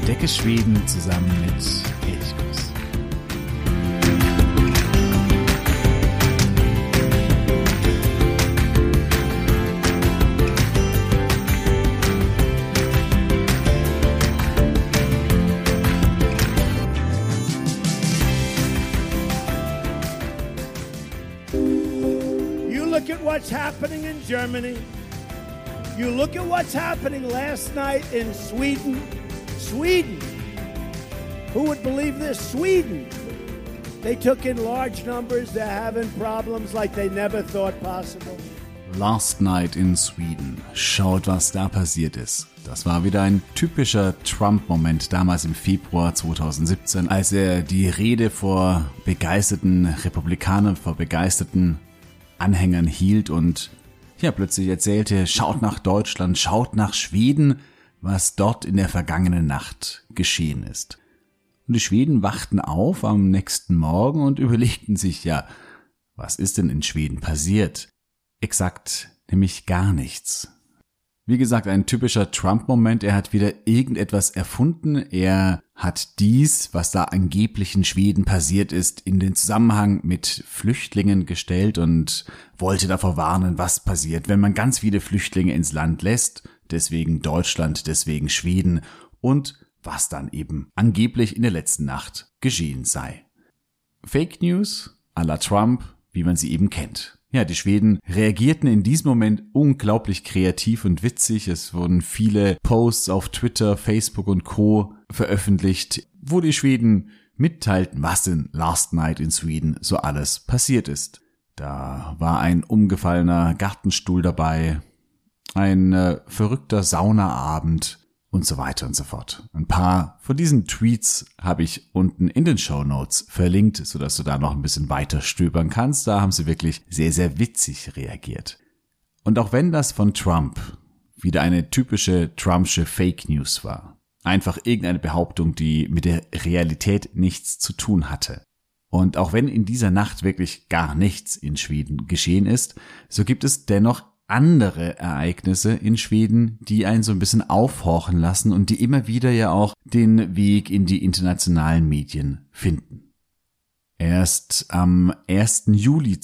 Entdecke Schweden zusammen mit Elchkuss. You look at what's happening in Germany. You look at what's happening last night in Sweden. Sweden. Who would believe this? Sweden. They took in large numbers. They're having problems like they never thought possible. Last Night in Sweden. Schaut, was da passiert ist. Das war wieder ein typischer Trump-Moment damals im Februar 2017, als er die Rede vor begeisterten Republikanern, vor begeisterten Anhängern hielt und plötzlich erzählte, schaut nach Deutschland, schaut nach Schweden, was dort in der vergangenen Nacht geschehen ist. Und die Schweden wachten auf am nächsten Morgen und überlegten sich, was ist denn in Schweden passiert? Exakt, nämlich gar nichts. Wie gesagt, ein typischer Trump-Moment. Er hat wieder irgendetwas erfunden. Er hat dies, was da angeblich in Schweden passiert ist, in den Zusammenhang mit Flüchtlingen gestellt und wollte davor warnen, was passiert, wenn man ganz viele Flüchtlinge ins Land lässt. Deswegen Deutschland, deswegen Schweden und was dann eben angeblich in der letzten Nacht geschehen sei. Fake News à la Trump, wie man sie eben kennt. Ja, die Schweden reagierten in diesem Moment unglaublich kreativ und witzig. Es wurden viele Posts auf Twitter, Facebook und Co. veröffentlicht, wo die Schweden mitteilten, was in Last Night in Sweden so alles passiert ist. Da war ein umgefallener Gartenstuhl dabei, ein verrückter Saunaabend und so weiter und so fort. Ein paar von diesen Tweets habe ich unten in den Shownotes verlinkt, sodass du da noch ein bisschen weiter stöbern kannst. Da haben sie wirklich sehr, sehr witzig reagiert. Und auch wenn das von Trump wieder eine typische Trumpsche Fake News war, einfach irgendeine Behauptung, die mit der Realität nichts zu tun hatte. Und auch wenn in dieser Nacht wirklich gar nichts in Schweden geschehen ist, so gibt es dennoch andere Ereignisse in Schweden, die einen so ein bisschen aufhorchen lassen und die immer wieder ja auch den Weg in die internationalen Medien finden. Erst am 1. Juli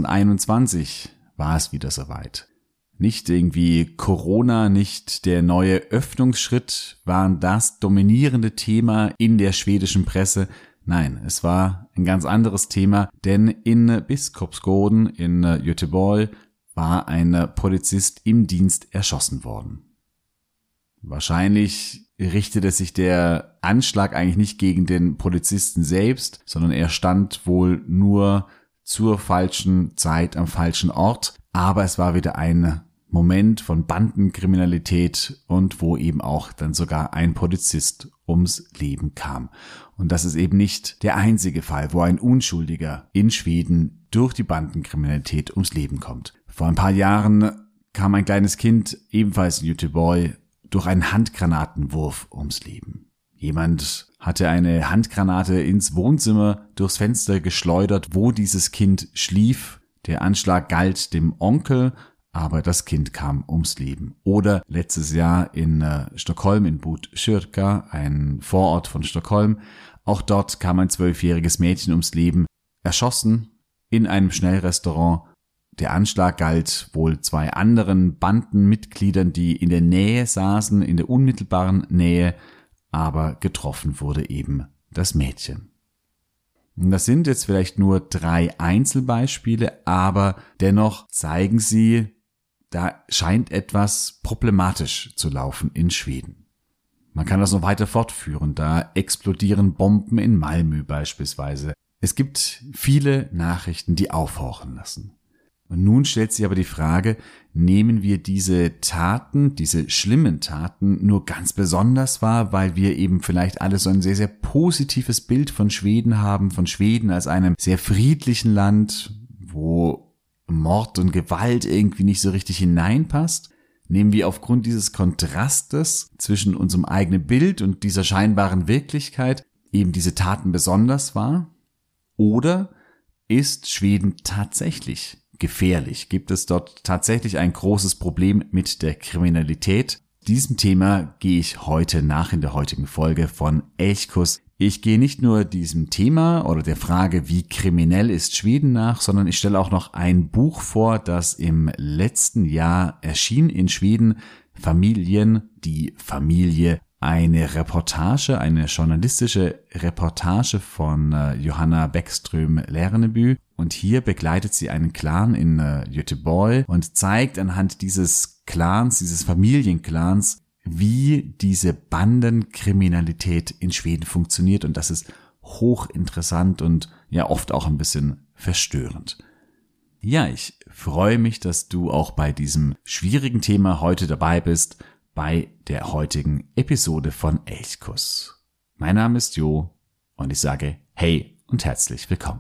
2021 war es wieder soweit. Nicht irgendwie Corona, nicht der neue Öffnungsschritt waren das dominierende Thema in der schwedischen Presse. Nein, es war ein ganz anderes Thema, denn in Biskopsgården in Göteborg war ein Polizist im Dienst erschossen worden. Wahrscheinlich richtete sich der Anschlag eigentlich nicht gegen den Polizisten selbst, sondern er stand wohl nur zur falschen Zeit am falschen Ort. Aber es war wieder ein Moment von Bandenkriminalität und wo eben auch dann sogar ein Polizist ums Leben kam. Und das ist eben nicht der einzige Fall, wo ein Unschuldiger in Schweden durch die Bandenkriminalität ums Leben kommt. Vor ein paar Jahren kam ein kleines Kind, ebenfalls in Göteborg, durch einen Handgranatenwurf ums Leben. Jemand hatte eine Handgranate ins Wohnzimmer durchs Fenster geschleudert, wo dieses Kind schlief. Der Anschlag galt dem Onkel, aber das Kind kam ums Leben. Oder letztes Jahr in Stockholm, in Botkyrka, ein Vorort von Stockholm. Auch dort kam ein 12-jähriges Mädchen ums Leben, erschossen in einem Schnellrestaurant. Der Anschlag galt wohl 2 anderen Bandenmitgliedern, die in der Nähe saßen, in der unmittelbaren Nähe, aber getroffen wurde eben das Mädchen. Und das sind jetzt vielleicht nur 3 Einzelbeispiele, aber dennoch zeigen sie, da scheint etwas problematisch zu laufen in Schweden. Man kann das noch weiter fortführen, da explodieren Bomben in Malmö beispielsweise. Es gibt viele Nachrichten, die aufhorchen lassen. Und nun stellt sich aber die Frage, nehmen wir diese Taten, diese schlimmen Taten nur ganz besonders wahr, weil wir eben vielleicht alle so ein sehr, sehr positives Bild von Schweden haben, von Schweden als einem sehr friedlichen Land, wo Mord und Gewalt irgendwie nicht so richtig hineinpasst? Nehmen wir aufgrund dieses Kontrastes zwischen unserem eigenen Bild und dieser scheinbaren Wirklichkeit eben diese Taten besonders wahr? Oder ist Schweden tatsächlich gefährlich? Gibt es dort tatsächlich ein großes Problem mit der Kriminalität? Diesem Thema gehe ich heute nach in der heutigen Folge von Elchkuss. Ich gehe nicht nur diesem Thema oder der Frage, wie kriminell ist Schweden nach, sondern ich stelle auch noch ein Buch vor, das im letzten Jahr erschien in Schweden. Familien, die Familie. Eine Reportage, eine journalistische Reportage von Johanna Bäckström-Lerneby. Und hier begleitet sie einen Clan in Göteborg und zeigt anhand dieses Clans, dieses Familienclans, wie diese Bandenkriminalität in Schweden funktioniert. Und das ist hochinteressant und ja oft auch ein bisschen verstörend. Ja, ich freue mich, dass du auch bei diesem schwierigen Thema heute dabei bist, bei der heutigen Episode von Elchkuss. Mein Name ist Jo und ich sage hey und herzlich willkommen.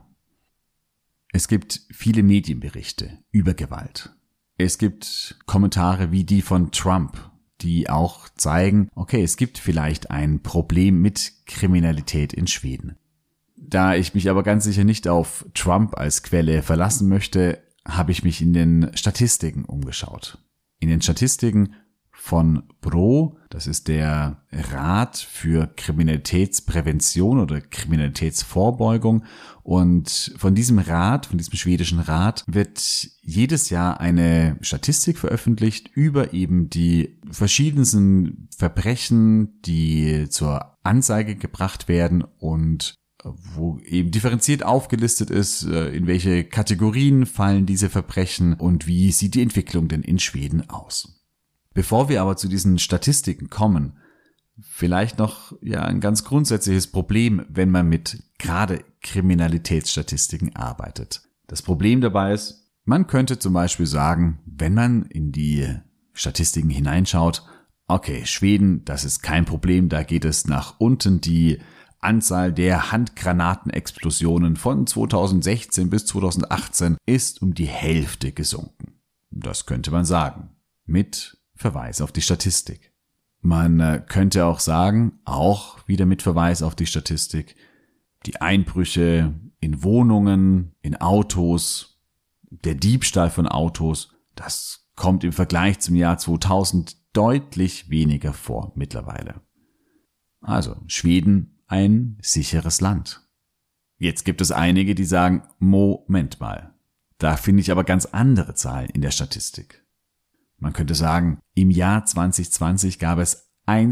Es gibt viele Medienberichte über Gewalt. Es gibt Kommentare wie die von Trump, die auch zeigen, okay, es gibt vielleicht ein Problem mit Kriminalität in Schweden. Da ich mich aber ganz sicher nicht auf Trump als Quelle verlassen möchte, habe ich mich in den Statistiken umgeschaut. In den Statistiken von BRÅ, das ist der Rat für Kriminalitätsprävention oder Kriminalitätsvorbeugung. Und von diesem Rat, von diesem schwedischen Rat, wird jedes Jahr eine Statistik veröffentlicht über eben die verschiedensten Verbrechen, die zur Anzeige gebracht werden und wo eben differenziert aufgelistet ist, in welche Kategorien fallen diese Verbrechen und wie sieht die Entwicklung denn in Schweden aus. Bevor wir aber zu diesen Statistiken kommen, vielleicht noch ein ganz grundsätzliches Problem, wenn man mit gerade Kriminalitätsstatistiken arbeitet. Das Problem dabei ist, man könnte zum Beispiel sagen, wenn man in die Statistiken hineinschaut, okay, Schweden, das ist kein Problem, da geht es nach unten, die Anzahl der Handgranatenexplosionen von 2016 bis 2018 ist um die Hälfte gesunken. Das könnte man sagen, mit Verweis auf die Statistik. Man könnte auch sagen, auch wieder mit Verweis auf die Statistik, die Einbrüche in Wohnungen, in Autos, der Diebstahl von Autos, das kommt im Vergleich zum Jahr 2000 deutlich weniger vor mittlerweile. Also Schweden ein sicheres Land. Jetzt gibt es einige, die sagen, Moment mal, da finde ich aber ganz andere Zahlen in der Statistik. Man könnte sagen, im Jahr 2020 gab es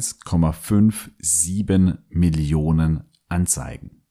1,57 Millionen Anzeigen.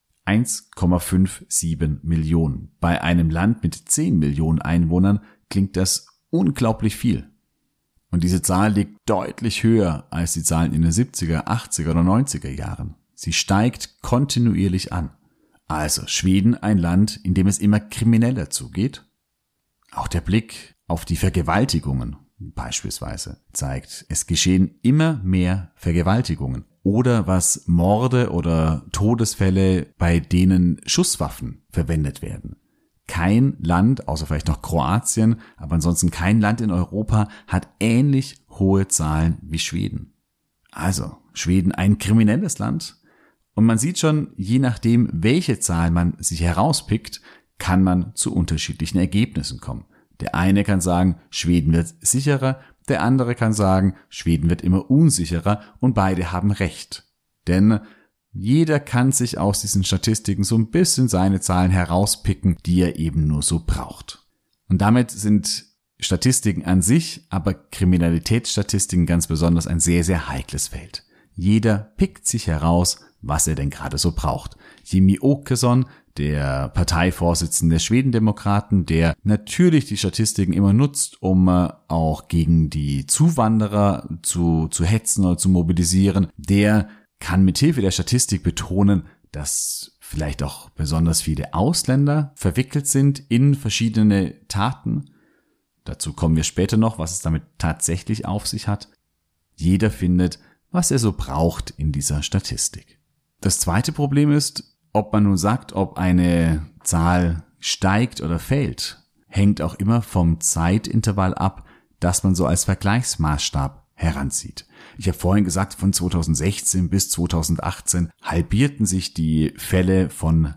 1,57 Millionen. Bei einem Land mit 10 Millionen Einwohnern klingt das unglaublich viel. Und diese Zahl liegt deutlich höher als die Zahlen in den 70er, 80er oder 90er Jahren. Sie steigt kontinuierlich an. Also Schweden ein Land, in dem es immer krimineller zugeht. Auch der Blick auf die Vergewaltigungen beispielsweise zeigt, es geschehen immer mehr Vergewaltigungen oder was Morde oder Todesfälle, bei denen Schusswaffen verwendet werden. Kein Land, außer vielleicht noch Kroatien, aber ansonsten kein Land in Europa hat ähnlich hohe Zahlen wie Schweden. Also Schweden ein kriminelles Land und man sieht schon, je nachdem, welche Zahl man sich herauspickt, kann man zu unterschiedlichen Ergebnissen kommen. Der eine kann sagen, Schweden wird sicherer, der andere kann sagen, Schweden wird immer unsicherer und beide haben recht. Denn jeder kann sich aus diesen Statistiken so ein bisschen seine Zahlen herauspicken, die er eben nur so braucht. Und damit sind Statistiken an sich, aber Kriminalitätsstatistiken ganz besonders ein sehr, sehr heikles Feld. Jeder pickt sich heraus, was er denn gerade so braucht. Jimmie Åkesson, der Parteivorsitzende der Schwedendemokraten, der natürlich die Statistiken immer nutzt, um auch gegen die Zuwanderer zu hetzen oder zu mobilisieren, der kann mithilfe der Statistik betonen, dass vielleicht auch besonders viele Ausländer verwickelt sind in verschiedene Taten. Dazu kommen wir später noch, was es damit tatsächlich auf sich hat. Jeder findet, was er so braucht in dieser Statistik. Das zweite Problem ist, ob man nun sagt, ob eine Zahl steigt oder fällt, hängt auch immer vom Zeitintervall ab, das man so als Vergleichsmaßstab heranzieht. Ich habe vorhin gesagt, von 2016 bis 2018 halbierten sich die Fälle von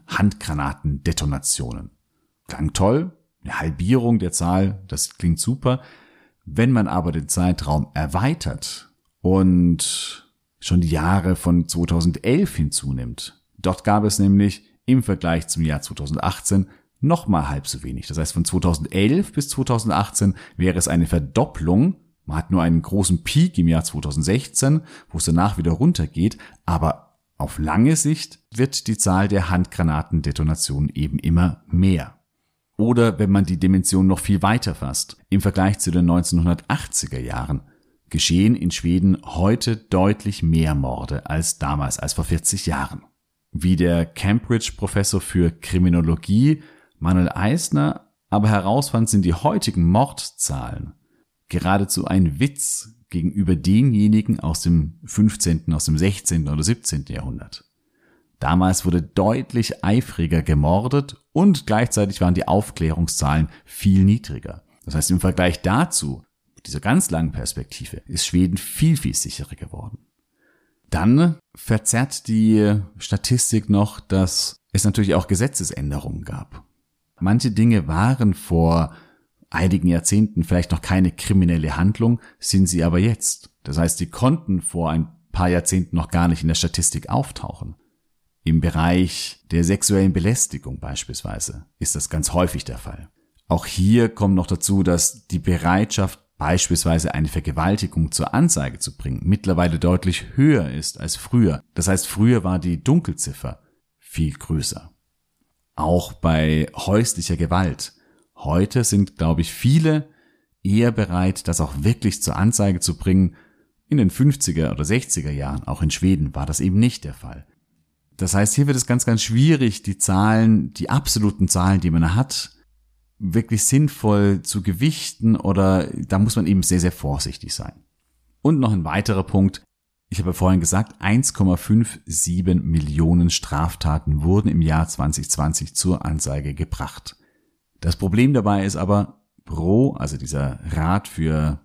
Handgranatendetonationen. Klang toll, eine Halbierung der Zahl, das klingt super. Wenn man aber den Zeitraum erweitert und schon die Jahre von 2011 hinzunimmt, dort gab es nämlich im Vergleich zum Jahr 2018 nochmal halb so wenig. Das heißt, von 2011 bis 2018 wäre es eine Verdopplung. Man hat nur einen großen Peak im Jahr 2016, wo es danach wieder runtergeht, aber auf lange Sicht wird die Zahl der Handgranatendetonationen eben immer mehr. Oder wenn man die Dimension noch viel weiter fasst, im Vergleich zu den 1980er Jahren geschehen in Schweden heute deutlich mehr Morde als damals, als vor 40 Jahren. Wie der Cambridge-Professor für Kriminologie Manuel Eisner aber herausfand, sind die heutigen Mordzahlen geradezu ein Witz gegenüber denjenigen aus dem 15., aus dem 16. oder 17. Jahrhundert. Damals wurde deutlich eifriger gemordet und gleichzeitig waren die Aufklärungszahlen viel niedriger. Das heißt, im Vergleich dazu, dieser ganz langen Perspektive, ist Schweden viel, viel sicherer geworden. Dann verzerrt die Statistik noch, dass es natürlich auch Gesetzesänderungen gab. Manche Dinge waren vor einigen Jahrzehnten vielleicht noch keine kriminelle Handlung, sind sie aber jetzt. Das heißt, die konnten vor ein paar Jahrzehnten noch gar nicht in der Statistik auftauchen. Im Bereich der sexuellen Belästigung beispielsweise ist das ganz häufig der Fall. Auch hier kommt noch dazu, dass die Bereitschaft, beispielsweise eine Vergewaltigung zur Anzeige zu bringen, mittlerweile deutlich höher ist als früher. Das heißt, früher war die Dunkelziffer viel größer. Auch bei häuslicher Gewalt. Heute sind, glaube ich, viele eher bereit, das auch wirklich zur Anzeige zu bringen. In den 50er oder 60er Jahren, auch in Schweden, war das eben nicht der Fall. Das heißt, hier wird es ganz, ganz schwierig, die Zahlen, die absoluten Zahlen, die man hat, wirklich sinnvoll zu gewichten, oder da muss man eben sehr, sehr vorsichtig sein. Und noch ein weiterer Punkt. Ich habe vorhin gesagt, 1,57 Millionen Straftaten wurden im Jahr 2020 zur Anzeige gebracht. Das Problem dabei ist aber, also dieser Rat für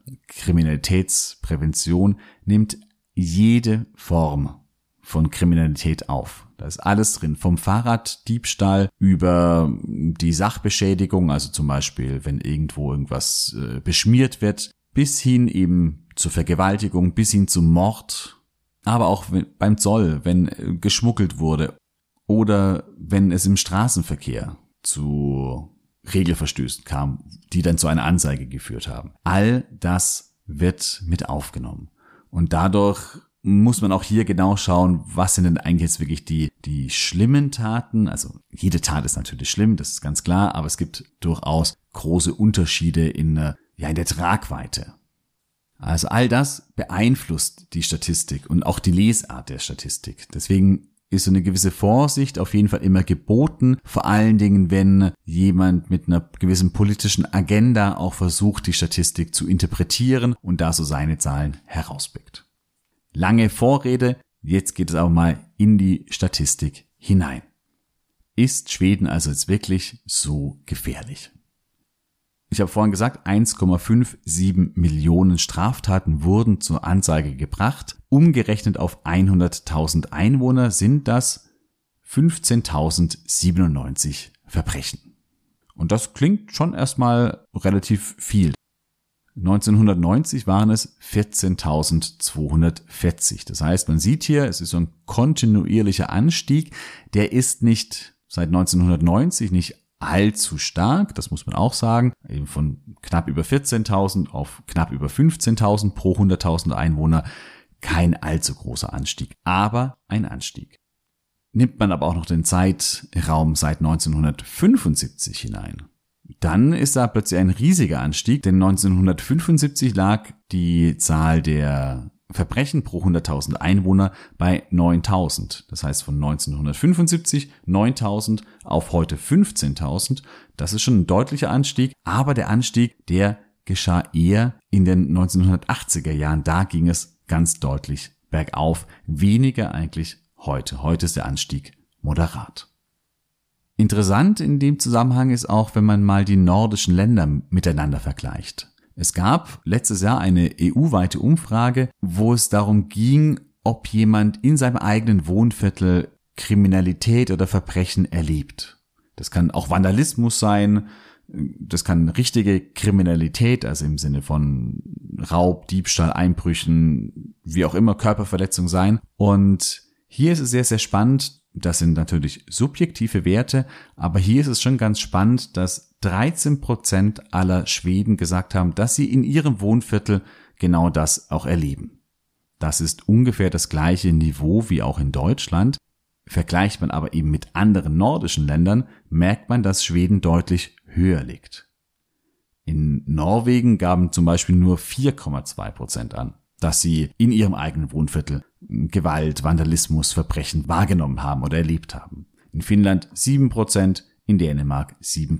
Kriminalitätsprävention, nimmt jede Form von Kriminalität auf. Da ist alles drin, vom Fahrraddiebstahl über die Sachbeschädigung, also zum Beispiel, wenn irgendwo irgendwas beschmiert wird, bis hin eben zur Vergewaltigung, bis hin zum Mord, aber auch beim Zoll, wenn geschmuggelt wurde oder wenn es im Straßenverkehr zu Regelverstößen kam, die dann zu einer Anzeige geführt haben. All das wird mit aufgenommen. Und dadurch muss man auch hier genau schauen, was sind denn eigentlich jetzt wirklich die schlimmen Taten. Also jede Tat ist natürlich schlimm, das ist ganz klar, aber es gibt durchaus große Unterschiede in der Tragweite. Also all das beeinflusst die Statistik und auch die Lesart der Statistik. Deswegen ist so eine gewisse Vorsicht auf jeden Fall immer geboten, vor allen Dingen, wenn jemand mit einer gewissen politischen Agenda auch versucht, die Statistik zu interpretieren und da so seine Zahlen herauspickt. Lange Vorrede, jetzt geht es aber mal in die Statistik hinein. Ist Schweden also jetzt wirklich so gefährlich? Ich habe vorhin gesagt, 1,57 Millionen Straftaten wurden zur Anzeige gebracht. Umgerechnet auf 100.000 Einwohner sind das 15.097 Verbrechen. Und das klingt schon erstmal relativ viel. 1990 waren es 14.240. Das heißt, man sieht hier, es ist so ein kontinuierlicher Anstieg. Der ist nicht seit 1990 nicht allzu stark, das muss man auch sagen. Eben von knapp über 14.000 auf knapp über 15.000 pro 100.000 Einwohner. Kein allzu großer Anstieg, aber ein Anstieg. Nimmt man aber auch noch den Zeitraum seit 1975 hinein, dann ist da plötzlich ein riesiger Anstieg, denn 1975 lag die Zahl der Verbrechen pro 100.000 Einwohner bei 9.000. Das heißt von 1975 9.000 auf heute 15.000. Das ist schon ein deutlicher Anstieg, aber der Anstieg, der geschah eher in den 1980er Jahren. Da ging es ganz deutlich bergauf, weniger eigentlich heute. Heute ist der Anstieg moderat. Interessant in dem Zusammenhang ist auch, wenn man mal die nordischen Länder miteinander vergleicht. Es gab letztes Jahr eine EU-weite Umfrage, wo es darum ging, ob jemand in seinem eigenen Wohnviertel Kriminalität oder Verbrechen erlebt. Das kann auch Vandalismus sein, Das kann richtige Kriminalität, also im Sinne von Raub, Diebstahl, Einbrüchen, wie auch immer, Körperverletzung sein. Und hier ist es sehr, sehr spannend. Das sind natürlich subjektive Werte, aber hier ist es schon ganz spannend, dass 13% aller Schweden gesagt haben, dass sie in ihrem Wohnviertel genau das auch erleben. Das ist ungefähr das gleiche Niveau wie auch in Deutschland. Vergleicht man aber eben mit anderen nordischen Ländern, merkt man, dass Schweden deutlich höher liegt. In Norwegen gaben zum Beispiel nur 4,2% an, dass sie in ihrem eigenen Wohnviertel Gewalt, Vandalismus, Verbrechen wahrgenommen haben oder erlebt haben. In Finnland 7%, in Dänemark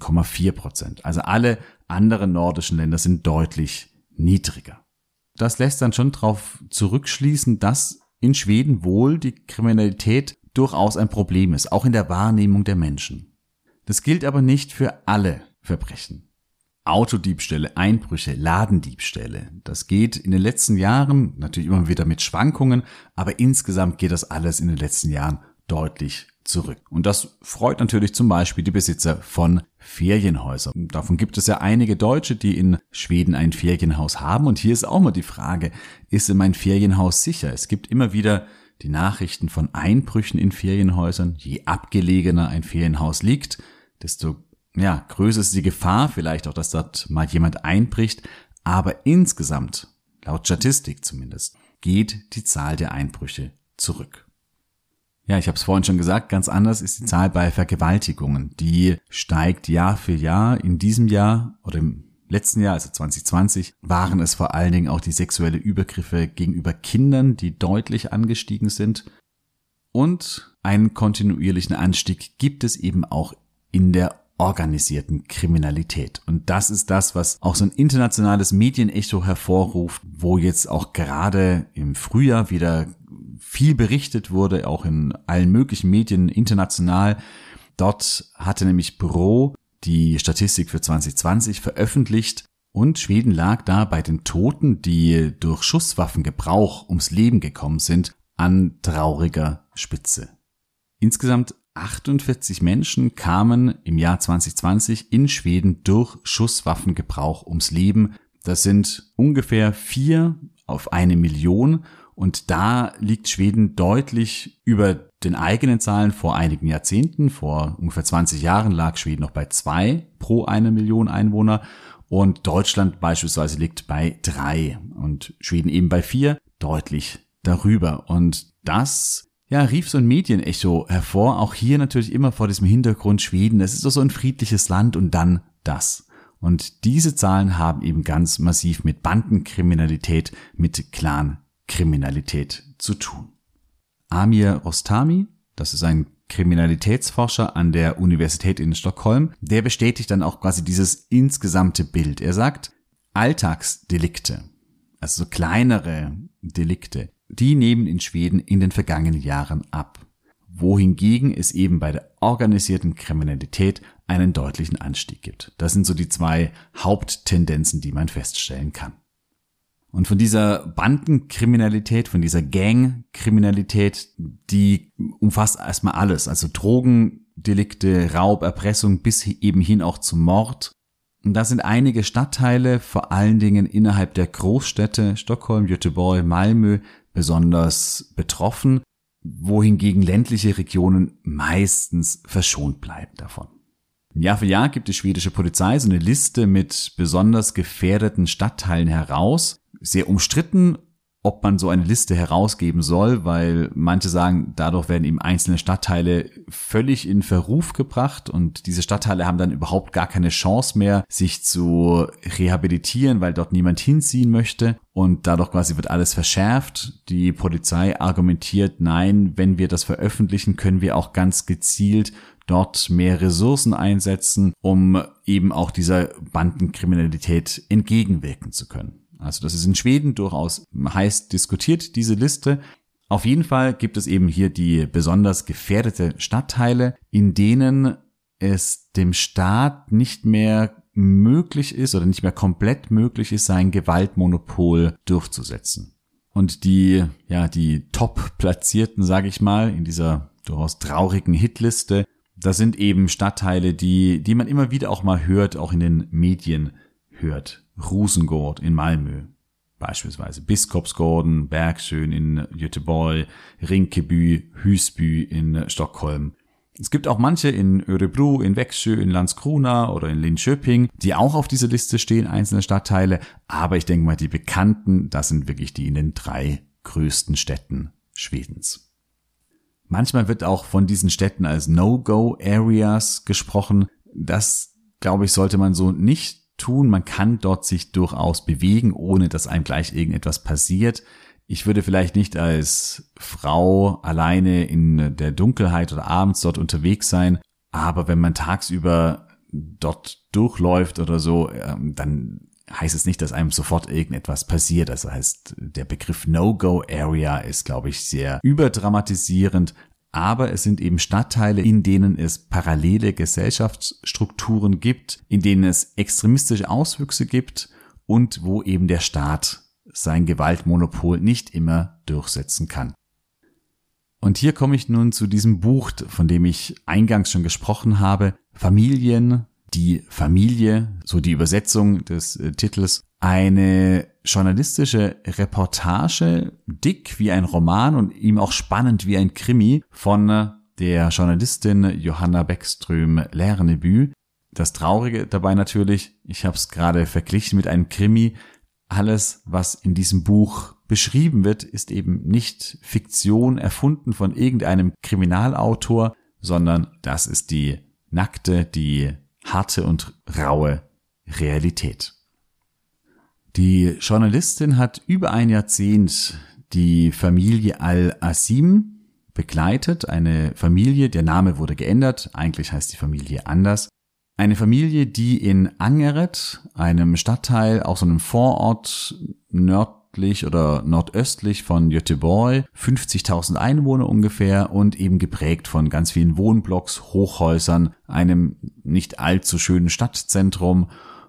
7,4%. Also alle anderen nordischen Länder sind deutlich niedriger. Das lässt dann schon darauf zurückschließen, dass in Schweden wohl die Kriminalität durchaus ein Problem ist, auch in der Wahrnehmung der Menschen. Das gilt aber nicht für alle Verbrechen. Autodiebstähle, Einbrüche, Ladendiebstähle, das geht in den letzten Jahren, natürlich immer wieder mit Schwankungen, aber insgesamt geht das alles in den letzten Jahren deutlich zurück. Und das freut natürlich zum Beispiel die Besitzer von Ferienhäusern. Davon gibt es ja einige Deutsche, die in Schweden ein Ferienhaus haben. Und hier ist auch mal die Frage, ist mein Ferienhaus sicher? Es gibt immer wieder die Nachrichten von Einbrüchen in Ferienhäusern. Je abgelegener ein Ferienhaus liegt, desto größer ist die Gefahr, vielleicht auch, dass dort mal jemand einbricht. Aber insgesamt, laut Statistik zumindest, geht die Zahl der Einbrüche zurück. Ja, ich habe es vorhin schon gesagt, ganz anders ist die Zahl bei Vergewaltigungen. Die steigt Jahr für Jahr. In diesem Jahr oder im letzten Jahr, also 2020, waren es vor allen Dingen auch die sexuelle Übergriffe gegenüber Kindern, die deutlich angestiegen sind. Und einen kontinuierlichen Anstieg gibt es eben auch in der organisierten Kriminalität. Und das ist das, was auch so ein internationales Medienecho hervorruft, wo jetzt auch gerade im Frühjahr wieder viel berichtet wurde, auch in allen möglichen Medien international. Dort hatte nämlich Brå die Statistik für 2020 veröffentlicht und Schweden lag da bei den Toten, die durch Schusswaffengebrauch ums Leben gekommen sind, an trauriger Spitze. Insgesamt 48 Menschen kamen im Jahr 2020 in Schweden durch Schusswaffengebrauch ums Leben. Das sind ungefähr 4 auf 1 Million und da liegt Schweden deutlich über den eigenen Zahlen vor einigen Jahrzehnten. Vor ungefähr 20 Jahren lag Schweden noch bei 2 pro 1 Million Einwohner und Deutschland beispielsweise liegt bei 3 und Schweden eben bei 4, deutlich darüber. Und das rief so ein Medienecho hervor, auch hier natürlich immer vor diesem Hintergrund Schweden. Das ist doch so ein friedliches Land und dann das. Und diese Zahlen haben eben ganz massiv mit Bandenkriminalität, mit Clankriminalität zu tun. Amir Rostami, das ist ein Kriminalitätsforscher an der Universität in Stockholm, der bestätigt dann auch quasi dieses insgesamte Bild. Er sagt, Alltagsdelikte, also so kleinere Delikte, die nehmen in Schweden in den vergangenen Jahren ab, wohingegen es eben bei der organisierten Kriminalität einen deutlichen Anstieg gibt. Das sind so die 2 Haupttendenzen, die man feststellen kann. Und von dieser Bandenkriminalität, von dieser Gangkriminalität, die umfasst erstmal alles, also Drogendelikte, Raub, Erpressung bis eben hin auch zum Mord. Und da sind einige Stadtteile, vor allen Dingen innerhalb der Großstädte Stockholm, Göteborg, Malmö, besonders betroffen, wohingegen ländliche Regionen meistens verschont bleiben davon. Jahr für Jahr gibt die schwedische Polizei so eine Liste mit besonders gefährdeten Stadtteilen heraus. Sehr umstritten, ob man so eine Liste herausgeben soll, weil manche sagen, dadurch werden eben einzelne Stadtteile völlig in Verruf gebracht und diese Stadtteile haben dann überhaupt gar keine Chance mehr, sich zu rehabilitieren, weil dort niemand hinziehen möchte und dadurch quasi wird alles verschärft. Die Polizei argumentiert, nein, wenn wir das veröffentlichen, können wir auch ganz gezielt dort mehr Ressourcen einsetzen, um eben auch dieser Bandenkriminalität entgegenwirken zu können. Also das ist in Schweden durchaus heiß diskutiert, diese Liste. Auf jeden Fall gibt es eben hier die besonders gefährdete Stadtteile, in denen es dem Staat nicht mehr möglich ist oder nicht mehr komplett möglich ist, sein Gewaltmonopol durchzusetzen. Und die Top-Platzierten, sage ich mal, in dieser durchaus traurigen Hitliste, Das sind eben Stadtteile, die man immer wieder auch mal hört, auch in den Medien hört. Rosengård in Malmö beispielsweise, Biskopsgården, Bergsjön in Göteborg, Rinkeby, Husby in Stockholm. Es gibt auch manche in Örebro, in Växjö, in Landskrona oder in Linköping, die auch auf dieser Liste stehen, einzelne Stadtteile. Aber ich denke mal, die bekannten, das sind wirklich die in den 3 größten Städten Schwedens. Manchmal wird auch von diesen Städten als No-Go-Areas gesprochen. Das, glaube ich, sollte man so nicht tun. Man kann dort sich durchaus bewegen, ohne dass einem gleich irgendetwas passiert. Ich würde vielleicht nicht als Frau alleine in der Dunkelheit oder abends dort unterwegs sein, aber wenn man tagsüber dort durchläuft oder so, dann heißt es nicht, dass einem sofort irgendetwas passiert. Das heißt, der Begriff No-Go-Area ist, glaube ich, sehr überdramatisierend, aber es sind eben Stadtteile, in denen es parallele Gesellschaftsstrukturen gibt, in denen es extremistische Auswüchse gibt und wo eben der Staat sein Gewaltmonopol nicht immer durchsetzen kann. Und hier komme ich nun zu diesem Buch, von dem ich eingangs schon gesprochen habe, Familien, die Familie, so die Übersetzung des Titels, eine journalistische Reportage, dick wie ein Roman und ihm auch spannend wie ein Krimi von der Journalistin Johanna Bäckström-Lerneby. Das Traurige dabei natürlich, ich habe es gerade verglichen mit einem Krimi, alles, was in diesem Buch beschrieben wird, ist eben nicht Fiktion erfunden von irgendeinem Kriminalautor, sondern das ist die nackte, die harte und raue Realität. Die Journalistin hat über ein Jahrzehnt die Familie Al-Asim begleitet, eine Familie, der Name wurde geändert, eigentlich heißt die Familie anders. Eine Familie, die in Angeret, einem Stadtteil, auch so einem Vorort, nördlich oder nordöstlich von Göteborg, 50.000 Einwohner ungefähr und eben geprägt von ganz vielen Wohnblocks, Hochhäusern, einem nicht allzu schönen Stadtzentrum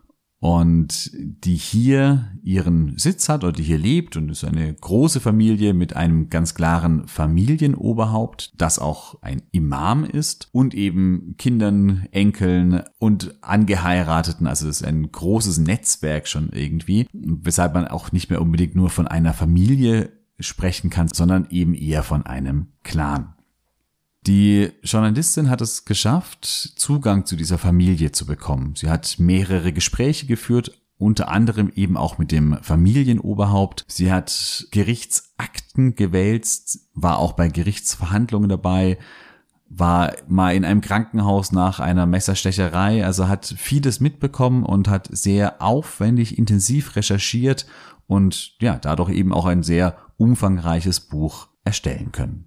und die hier ihren Sitz hat oder die hier lebt und ist eine große Familie mit einem ganz klaren Familienoberhaupt, das auch ein Imam ist und eben Kindern, Enkeln und Angeheirateten, also es ist ein großes Netzwerk schon irgendwie, weshalb man auch nicht mehr unbedingt nur von einer Familie sprechen kann, sondern eben eher von einem Clan. Die Journalistin hat es geschafft, Zugang zu dieser Familie zu bekommen. Sie hat mehrere Gespräche geführt, unter anderem eben auch mit dem Familienoberhaupt. Sie hat Gerichtsakten gewälzt, war auch bei Gerichtsverhandlungen dabei, war mal in einem Krankenhaus nach einer Messerstecherei, also hat vieles mitbekommen und hat sehr aufwendig, intensiv recherchiert und ja, dadurch eben auch ein sehr umfangreiches Buch erstellen können.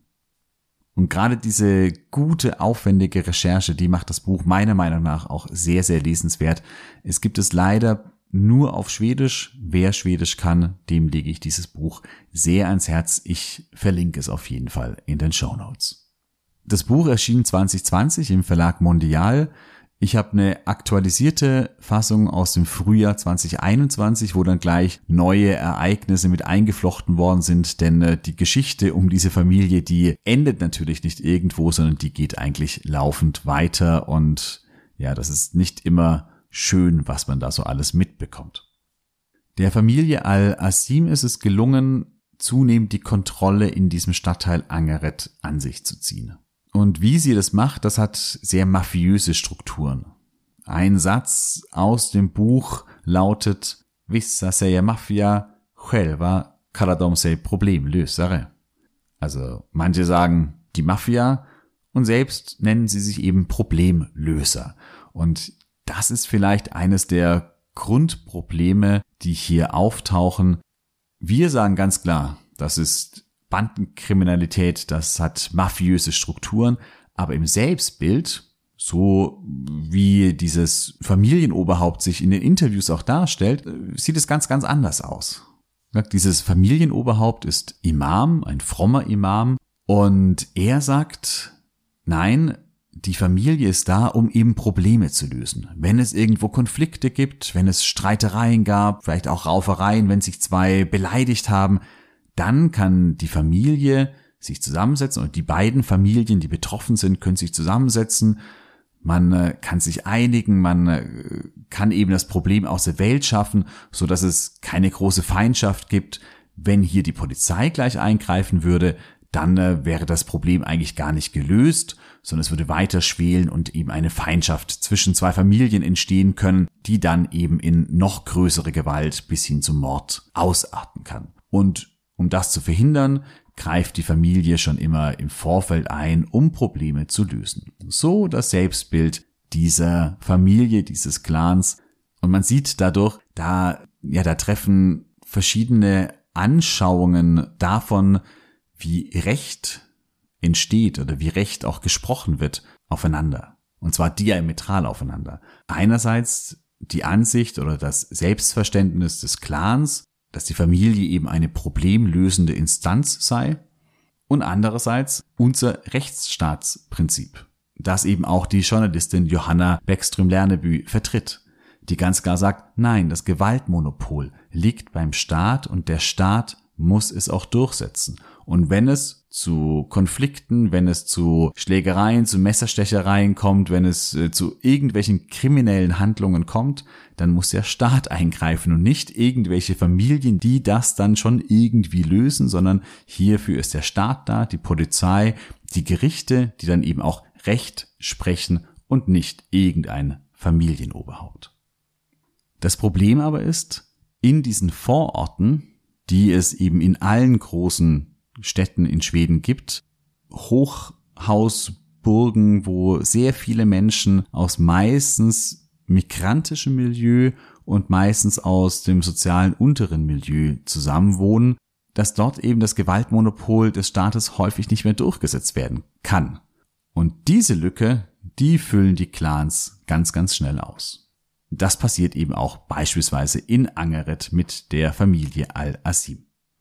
Und gerade diese gute, aufwendige Recherche, die macht das Buch meiner Meinung nach auch sehr, sehr lesenswert. Es gibt es leider nur auf Schwedisch. Wer Schwedisch kann, dem lege ich dieses Buch sehr ans Herz. Ich verlinke es auf jeden Fall in den Shownotes. Das Buch erschien 2020 im Verlag Mondial. Ich habe eine aktualisierte Fassung aus dem Frühjahr 2021, wo dann gleich neue Ereignisse mit eingeflochten worden sind, denn die Geschichte um diese Familie, die endet natürlich nicht irgendwo, sondern die geht eigentlich laufend weiter und ja, das ist nicht immer schön, was man da so alles mitbekommt. Der Familie Al-Asim ist es gelungen, zunehmend die Kontrolle in diesem Stadtteil Angeret an sich zu ziehen. Und wie sie das macht, das hat sehr mafiöse Strukturen. Ein Satz aus dem Buch lautet: Vissa säger maffia, själva kallar de sig problemlösare. Also manche sagen die Mafia und selbst nennen sie sich eben Problemlöser. Und das ist vielleicht eines der Grundprobleme, die hier auftauchen. Wir sagen ganz klar, das ist Bandenkriminalität, das hat mafiöse Strukturen, aber im Selbstbild, so wie dieses Familienoberhaupt sich in den Interviews auch darstellt, sieht es ganz, ganz anders aus. Dieses Familienoberhaupt ist Imam, ein frommer Imam, und er sagt, nein, die Familie ist da, um eben Probleme zu lösen. Wenn es irgendwo Konflikte gibt, wenn es Streitereien gab, vielleicht auch Raufereien, wenn sich zwei beleidigt haben, dann kann die Familie sich zusammensetzen und die beiden Familien, die betroffen sind, können sich zusammensetzen. Man kann sich einigen, man kann eben das Problem aus der Welt schaffen, so dass es keine große Feindschaft gibt. Wenn hier die Polizei gleich eingreifen würde, dann wäre das Problem eigentlich gar nicht gelöst, sondern es würde weiter schwelen und eben eine Feindschaft zwischen zwei Familien entstehen können, die dann eben in noch größere Gewalt bis hin zum Mord ausarten kann. Und um das zu verhindern, greift die Familie schon immer im Vorfeld ein, um Probleme zu lösen. So das Selbstbild dieser Familie, dieses Clans. Und man sieht dadurch, da treffen verschiedene Anschauungen davon, wie Recht entsteht oder wie Recht auch gesprochen wird, aufeinander. Und zwar diametral aufeinander. Einerseits die Ansicht oder das Selbstverständnis des Clans, dass die Familie eben eine problemlösende Instanz sei, und andererseits unser Rechtsstaatsprinzip, das eben auch die Journalistin Johanna Bäckström-Lerneby vertritt, die ganz klar sagt, nein, das Gewaltmonopol liegt beim Staat und der Staat muss es auch durchsetzen. Und wenn es zu Konflikten, wenn es zu Schlägereien, zu Messerstechereien kommt, wenn es zu irgendwelchen kriminellen Handlungen kommt, dann muss der Staat eingreifen und nicht irgendwelche Familien, die das dann schon irgendwie lösen, sondern hierfür ist der Staat da, die Polizei, die Gerichte, die dann eben auch Recht sprechen und nicht irgendein Familienoberhaupt. Das Problem aber ist, in diesen Vororten, die es eben in allen großen Städten in Schweden gibt, Hochhausburgen, wo sehr viele Menschen aus meistens migrantischem Milieu und meistens aus dem sozialen unteren Milieu zusammenwohnen, dass dort eben das Gewaltmonopol des Staates häufig nicht mehr durchgesetzt werden kann. Und diese Lücke, die füllen die Clans ganz, ganz schnell aus. Das passiert eben auch beispielsweise in Angeret mit der Familie Al-Asim.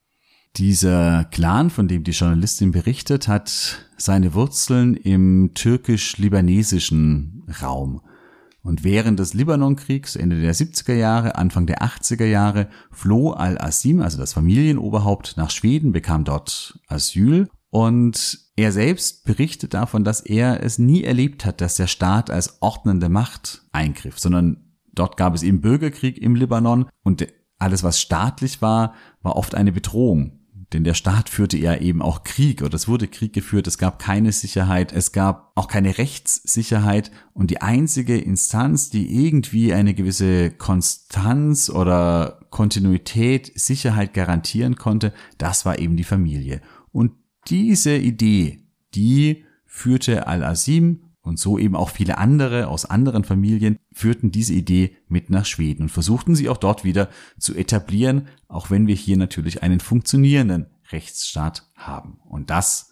Dieser Clan, von dem die Journalistin berichtet, hat seine Wurzeln im türkisch-libanesischen Raum. Und während des Libanonkriegs Ende der 70er Jahre, Anfang der 80er Jahre floh Al-Asim, also das Familienoberhaupt, nach Schweden, bekam dort Asyl. Und er selbst berichtet davon, dass er es nie erlebt hat, dass der Staat als ordnende Macht eingriff, sondern dort gab es eben Bürgerkrieg im Libanon und alles, was staatlich war, war oft eine Bedrohung. Denn der Staat führte ja eben auch Krieg oder es wurde Krieg geführt, es gab keine Sicherheit, es gab auch keine Rechtssicherheit und die einzige Instanz, die irgendwie eine gewisse Konstanz oder Kontinuität, Sicherheit garantieren konnte, das war eben die Familie. Und diese Idee, die führte Al-Asim und so eben auch viele andere aus anderen Familien führten diese Idee mit nach Schweden und versuchten sie auch dort wieder zu etablieren, auch wenn wir hier natürlich einen funktionierenden Rechtsstaat haben. Und das,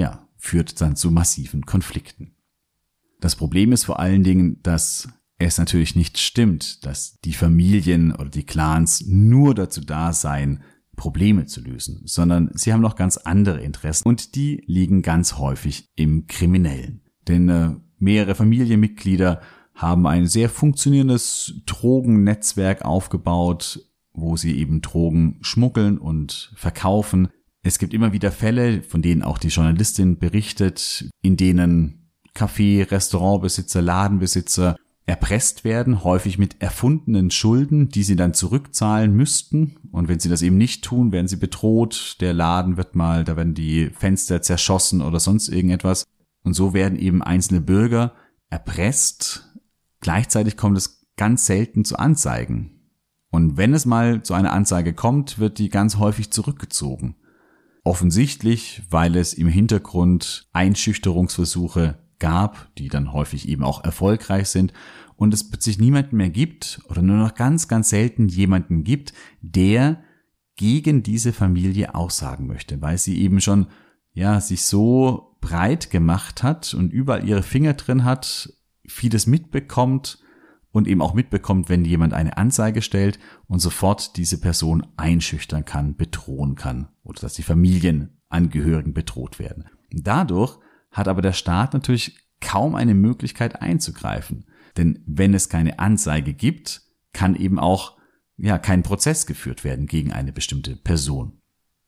führt dann zu massiven Konflikten. Das Problem ist vor allen Dingen, dass es natürlich nicht stimmt, dass die Familien oder die Clans nur dazu da seien, Probleme zu lösen, sondern sie haben noch ganz andere Interessen und die liegen ganz häufig im Kriminellen. Denn mehrere Familienmitglieder haben ein sehr funktionierendes Drogennetzwerk aufgebaut, wo sie eben Drogen schmuggeln und verkaufen. Es gibt immer wieder Fälle, von denen auch die Journalistin berichtet, in denen Café-, Restaurantbesitzer, Ladenbesitzer erpresst werden, häufig mit erfundenen Schulden, die sie dann zurückzahlen müssten. Und wenn sie das eben nicht tun, werden sie bedroht. Der Laden da werden die Fenster zerschossen oder sonst irgendetwas. Und so werden eben einzelne Bürger erpresst. Gleichzeitig kommt es ganz selten zu Anzeigen. Und wenn es mal zu einer Anzeige kommt, wird die ganz häufig zurückgezogen. Offensichtlich, weil es im Hintergrund Einschüchterungsversuche gab, die dann häufig eben auch erfolgreich sind und es plötzlich niemanden mehr gibt oder nur noch ganz, ganz selten jemanden gibt, der gegen diese Familie aussagen möchte, weil sie eben schon sich so breit gemacht hat und überall ihre Finger drin hat, vieles mitbekommt und eben auch mitbekommt, wenn jemand eine Anzeige stellt und sofort diese Person einschüchtern kann, bedrohen kann oder dass die Familienangehörigen bedroht werden. Dadurch hat aber der Staat natürlich kaum eine Möglichkeit einzugreifen. Denn wenn es keine Anzeige gibt, kann eben auch kein Prozess geführt werden gegen eine bestimmte Person.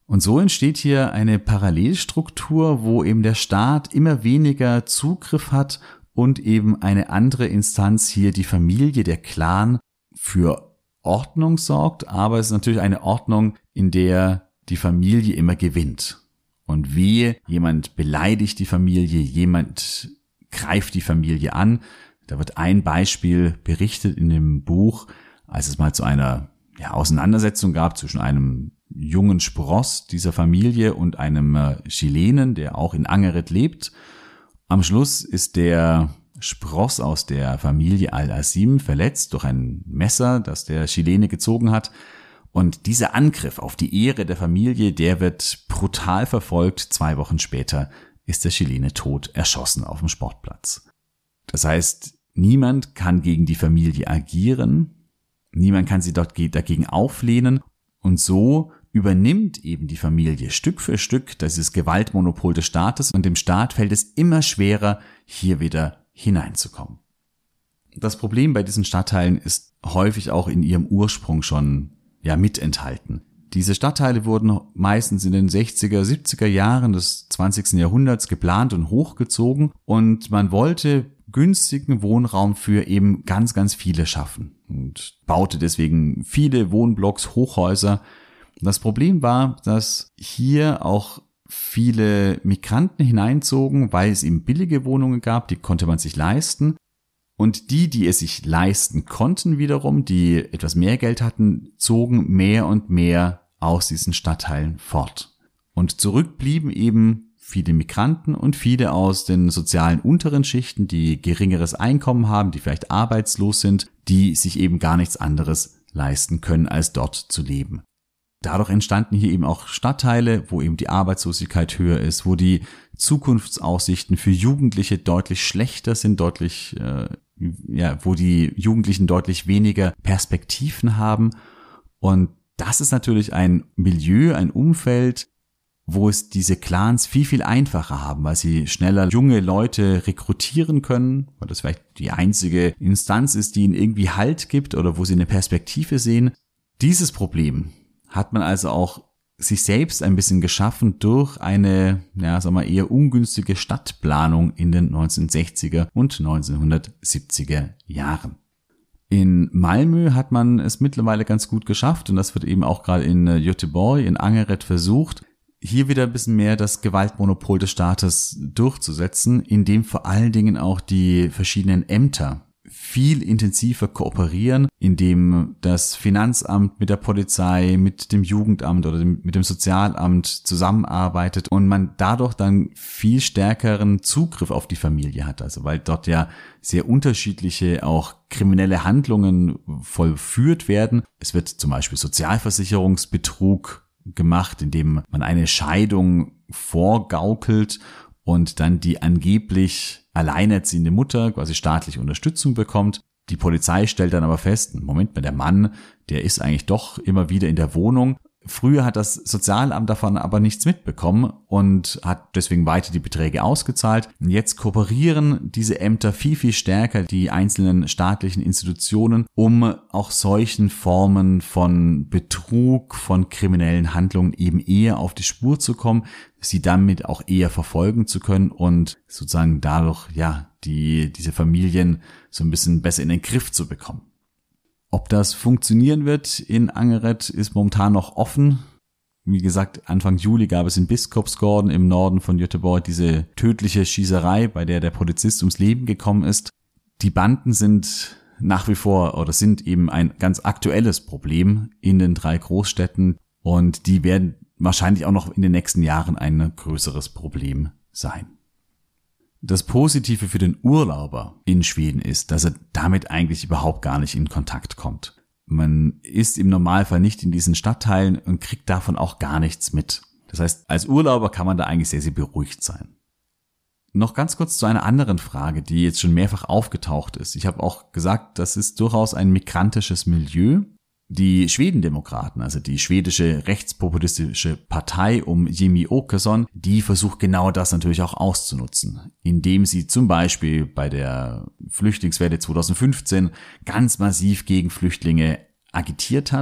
Und so entsteht hier eine Parallelstruktur, wo eben der Staat immer weniger Zugriff hat und eben eine andere Instanz hier, die Familie, der Clan, für Ordnung sorgt. Aber es ist natürlich eine Ordnung, in der die Familie immer gewinnt. Und wehe, jemand beleidigt die Familie, jemand greift die Familie an. Da wird ein Beispiel berichtet in dem Buch, als es mal zu einer Auseinandersetzung gab zwischen einem jungen Spross dieser Familie und einem Chilenen, der auch in Angeret lebt. Am Schluss ist der Spross aus der Familie Al-Asim verletzt durch ein Messer, das der Chilene gezogen hat. Und dieser Angriff auf die Ehre der Familie, der wird brutal verfolgt. 2 Wochen später ist der Chilene tot, erschossen auf dem Sportplatz. Das heißt, niemand kann gegen die Familie agieren, niemand kann sie dort dagegen auflehnen und so übernimmt eben die Familie Stück für Stück dieses Gewaltmonopol des Staates und dem Staat fällt es immer schwerer, hier wieder hineinzukommen. Das Problem bei diesen Stadtteilen ist häufig auch in ihrem Ursprung schon mit enthalten. Diese Stadtteile wurden meistens in den 60er, 70er Jahren des 20. Jahrhunderts geplant und hochgezogen und man wollte günstigen Wohnraum für eben ganz, ganz viele schaffen und baute deswegen viele Wohnblocks, Hochhäuser. Das Problem war, dass hier auch viele Migranten hineinzogen, weil es eben billige Wohnungen gab, die konnte man sich leisten. Und die es sich leisten konnten wiederum, die etwas mehr Geld hatten, zogen mehr und mehr aus diesen Stadtteilen fort. Und zurück blieben eben viele Migranten und viele aus den sozialen unteren Schichten, die geringeres Einkommen haben, die vielleicht arbeitslos sind, die sich eben gar nichts anderes leisten können, als dort zu leben. Dadurch entstanden hier eben auch Stadtteile, wo eben die Arbeitslosigkeit höher ist, wo die Zukunftsaussichten für Jugendliche deutlich schlechter sind, wo die Jugendlichen deutlich weniger Perspektiven haben. Und das ist natürlich ein Milieu, ein Umfeld, wo es diese Clans viel, viel einfacher haben, weil sie schneller junge Leute rekrutieren können, weil das vielleicht die einzige Instanz ist, die ihnen irgendwie Halt gibt oder wo sie eine Perspektive sehen. Dieses Problem hat man also auch sich selbst ein bisschen geschaffen durch eine, eher ungünstige Stadtplanung in den 1960er und 1970er Jahren. In Malmö hat man es mittlerweile ganz gut geschafft und das wird eben auch gerade in Göteborg, in Angeret versucht, hier wieder ein bisschen mehr das Gewaltmonopol des Staates durchzusetzen, indem vor allen Dingen auch die verschiedenen Ämter viel intensiver kooperieren, indem das Finanzamt mit der Polizei, mit dem Jugendamt oder mit dem Sozialamt zusammenarbeitet und man dadurch dann viel stärkeren Zugriff auf die Familie hat. Also weil dort ja sehr unterschiedliche auch kriminelle Handlungen vollführt werden. Es wird zum Beispiel Sozialversicherungsbetrug gemacht, indem man eine Scheidung vorgaukelt und dann die angeblich alleinerziehende Mutter quasi staatliche Unterstützung bekommt. Die Polizei stellt dann aber fest, Moment mal, der Mann, der ist eigentlich doch immer wieder in der Wohnung. Früher hat das Sozialamt davon aber nichts mitbekommen und hat deswegen weiter die Beträge ausgezahlt. Und jetzt kooperieren diese Ämter viel, viel stärker, die einzelnen staatlichen Institutionen, um auch solchen Formen von Betrug, von kriminellen Handlungen eben eher auf die Spur zu kommen, sie damit auch eher verfolgen zu können und sozusagen dadurch, diese Familien so ein bisschen besser in den Griff zu bekommen. Ob das funktionieren wird in Angeret, ist momentan noch offen. Wie gesagt, Anfang Juli gab es in Biskopsgården im Norden von Göteborg diese tödliche Schießerei, bei der der Polizist ums Leben gekommen ist. Die Banden sind nach wie vor oder sind eben ein ganz aktuelles Problem in den 3 Großstädten und die werden wahrscheinlich auch noch in den nächsten Jahren ein größeres Problem sein. Das Positive für den Urlauber in Schweden ist, dass er damit eigentlich überhaupt gar nicht in Kontakt kommt. Man ist im Normalfall nicht in diesen Stadtteilen und kriegt davon auch gar nichts mit. Das heißt, als Urlauber kann man da eigentlich sehr, sehr beruhigt sein. Noch ganz kurz zu einer anderen Frage, die jetzt schon mehrfach aufgetaucht ist. Ich habe auch gesagt, das ist durchaus ein migrantisches Milieu. Die Schwedendemokraten, also die schwedische rechtspopulistische Partei um Jimmie Åkesson, die versucht genau das natürlich auch auszunutzen, indem sie zum Beispiel bei der Flüchtlingswelle 2015 ganz massiv gegen Flüchtlinge agitiert hat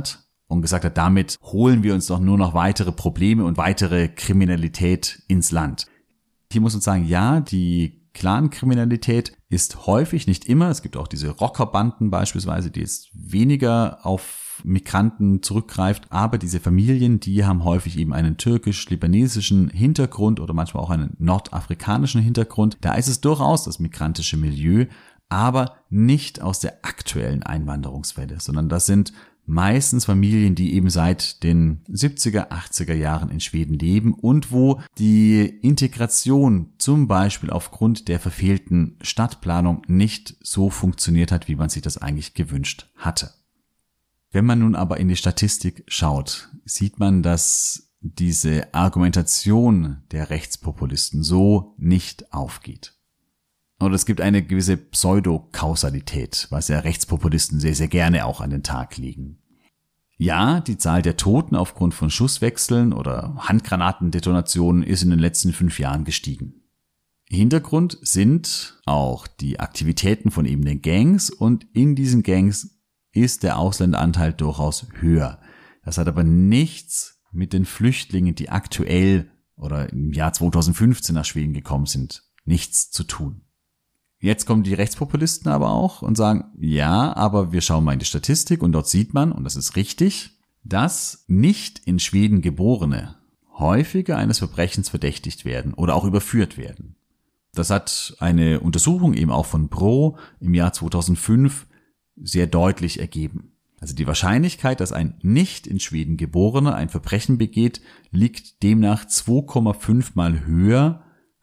und gesagt hat, damit holen wir uns doch nur noch weitere Probleme und weitere Kriminalität ins Land. Hier muss man sagen, ja, die Clan-Kriminalität ist häufig, nicht immer. Es gibt auch diese Rockerbanden beispielsweise, die jetzt weniger auf Migranten zurückgreift. Aber diese Familien, die haben häufig eben einen türkisch-libanesischen Hintergrund oder manchmal auch einen nordafrikanischen Hintergrund. Da ist es durchaus das migrantische Milieu, aber nicht aus der aktuellen Einwanderungswelle, sondern das sind meistens Familien, die eben seit den 70er, 80er Jahren in Schweden leben und wo die Integration zum Beispiel aufgrund der verfehlten Stadtplanung nicht so funktioniert hat, wie man sich das eigentlich gewünscht hatte. Wenn man nun aber in die Statistik schaut, sieht man, dass diese Argumentation der Rechtspopulisten so nicht aufgeht. Oder es gibt eine gewisse Pseudokausalität, was ja Rechtspopulisten sehr, sehr gerne auch an den Tag legen. Ja, die Zahl der Toten aufgrund von Schusswechseln oder Handgranatendetonationen ist in den letzten 5 Jahren gestiegen. Hintergrund sind auch die Aktivitäten von eben den Gangs und in diesen Gangs ist der Ausländeranteil durchaus höher. Das hat aber nichts mit den Flüchtlingen, die aktuell oder im Jahr 2015 nach Schweden gekommen sind, nichts zu tun. Jetzt kommen die Rechtspopulisten aber auch und sagen, ja, aber wir schauen mal in die Statistik und dort sieht man, und das ist richtig, dass nicht in Schweden Geborene häufiger eines Verbrechens verdächtigt werden oder auch überführt werden. Das hat eine Untersuchung eben auch von Brå im Jahr 2005 sehr deutlich ergeben. Also die Wahrscheinlichkeit, dass ein nicht in Schweden Geborener ein Verbrechen begeht, liegt demnach 2,5 Mal höher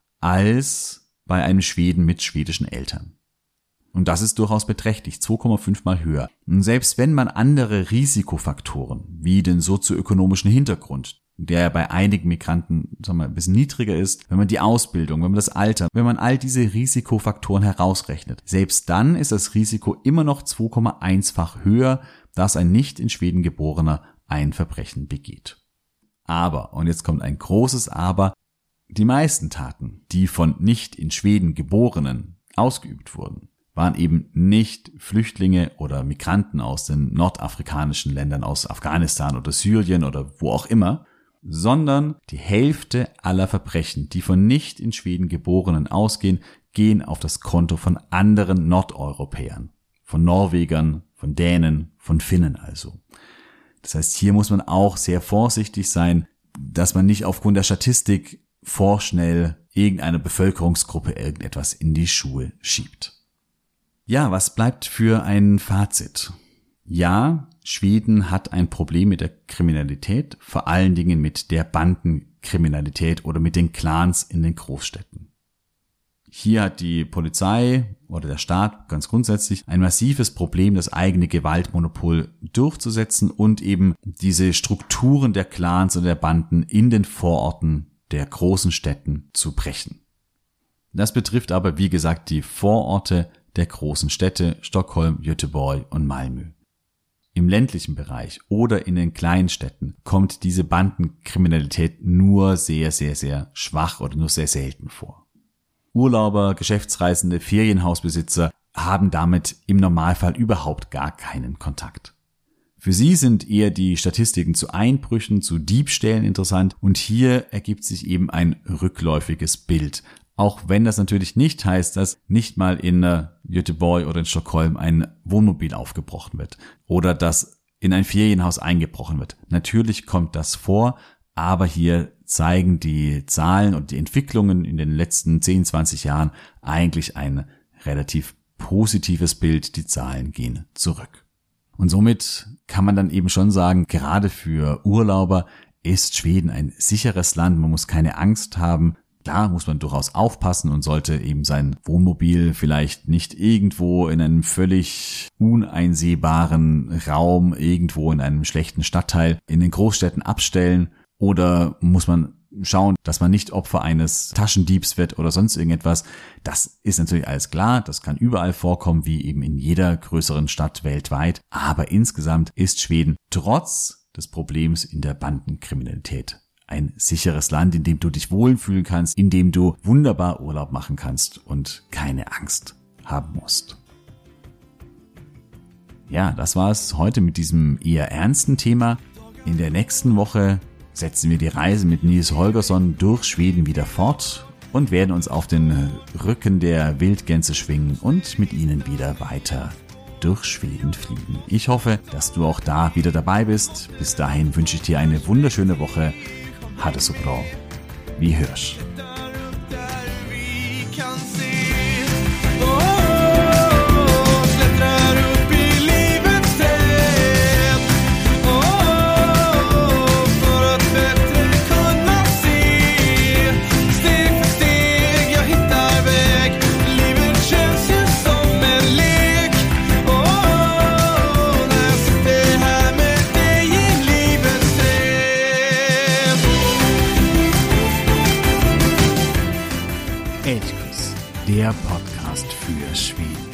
als bei einem Schweden mit schwedischen Eltern. Und das ist durchaus beträchtlich, 2,5 Mal höher. Und selbst wenn man andere Risikofaktoren, wie den sozioökonomischen Hintergrund, der ja bei einigen Migranten, sagen wir, ein bisschen niedriger ist, wenn man die Ausbildung, wenn man das Alter, wenn man all diese Risikofaktoren herausrechnet, selbst dann ist das Risiko immer noch 2,1-fach höher, dass ein nicht in Schweden Geborener ein Verbrechen begeht. Aber, und jetzt kommt ein großes Aber, die meisten Taten, die von nicht in Schweden Geborenen ausgeübt wurden, waren eben nicht Flüchtlinge oder Migranten aus den nordafrikanischen Ländern, aus Afghanistan oder Syrien oder wo auch immer, sondern die Hälfte aller Verbrechen, die von nicht in Schweden Geborenen ausgehen, gehen auf das Konto von anderen Nordeuropäern, von Norwegern, von Dänen, von Finnen also. Das heißt, hier muss man auch sehr vorsichtig sein, dass man nicht aufgrund der Statistik vorschnell irgendeiner Bevölkerungsgruppe irgendetwas in die Schuhe schiebt. Ja, was bleibt für ein Fazit? Ja, Schweden hat ein Problem mit der Kriminalität, vor allen Dingen mit der Bandenkriminalität oder mit den Clans in den Großstädten. Hier hat die Polizei oder der Staat ganz grundsätzlich ein massives Problem, das eigene Gewaltmonopol durchzusetzen und eben diese Strukturen der Clans und der Banden in den Vororten der großen Städten zu brechen. Das betrifft aber, wie gesagt, die Vororte der großen Städte Stockholm, Göteborg und Malmö. Im ländlichen Bereich oder in den kleinen Städten kommt diese Bandenkriminalität nur sehr, sehr, sehr schwach oder nur sehr selten vor. Urlauber, Geschäftsreisende, Ferienhausbesitzer haben damit im Normalfall überhaupt gar keinen Kontakt. Für sie sind eher die Statistiken zu Einbrüchen, zu Diebstählen interessant und hier ergibt sich eben ein rückläufiges Bild. Auch wenn das natürlich nicht heißt, dass nicht mal in Göteborg oder in Stockholm ein Wohnmobil aufgebrochen wird oder dass in ein Ferienhaus eingebrochen wird. Natürlich kommt das vor, aber hier zeigen die Zahlen und die Entwicklungen in den letzten 10, 20 Jahren eigentlich ein relativ positives Bild. Die Zahlen gehen zurück. Und somit kann man dann eben schon sagen, gerade für Urlauber ist Schweden ein sicheres Land. Man muss keine Angst haben. Klar muss man durchaus aufpassen und sollte eben sein Wohnmobil vielleicht nicht irgendwo in einem völlig uneinsehbaren Raum, irgendwo in einem schlechten Stadtteil in den Großstädten abstellen. Oder muss man schauen, dass man nicht Opfer eines Taschendiebs wird oder sonst irgendetwas. Das ist natürlich alles klar, das kann überall vorkommen, wie eben in jeder größeren Stadt weltweit. Aber insgesamt ist Schweden trotz des Problems in der Bandenkriminalität ein sicheres Land, in dem du dich wohlfühlen kannst, in dem du wunderbar Urlaub machen kannst und keine Angst haben musst. Ja, das war es heute mit diesem eher ernsten Thema. In der nächsten Woche setzen wir die Reise mit Nils Holgersson durch Schweden wieder fort und werden uns auf den Rücken der Wildgänse schwingen und mit ihnen wieder weiter durch Schweden fliegen. Ich hoffe, dass du auch da wieder dabei bist. Bis dahin wünsche ich dir eine wunderschöne Woche. Ha det så bra. Vi hörs. Der Podcast für Schweden.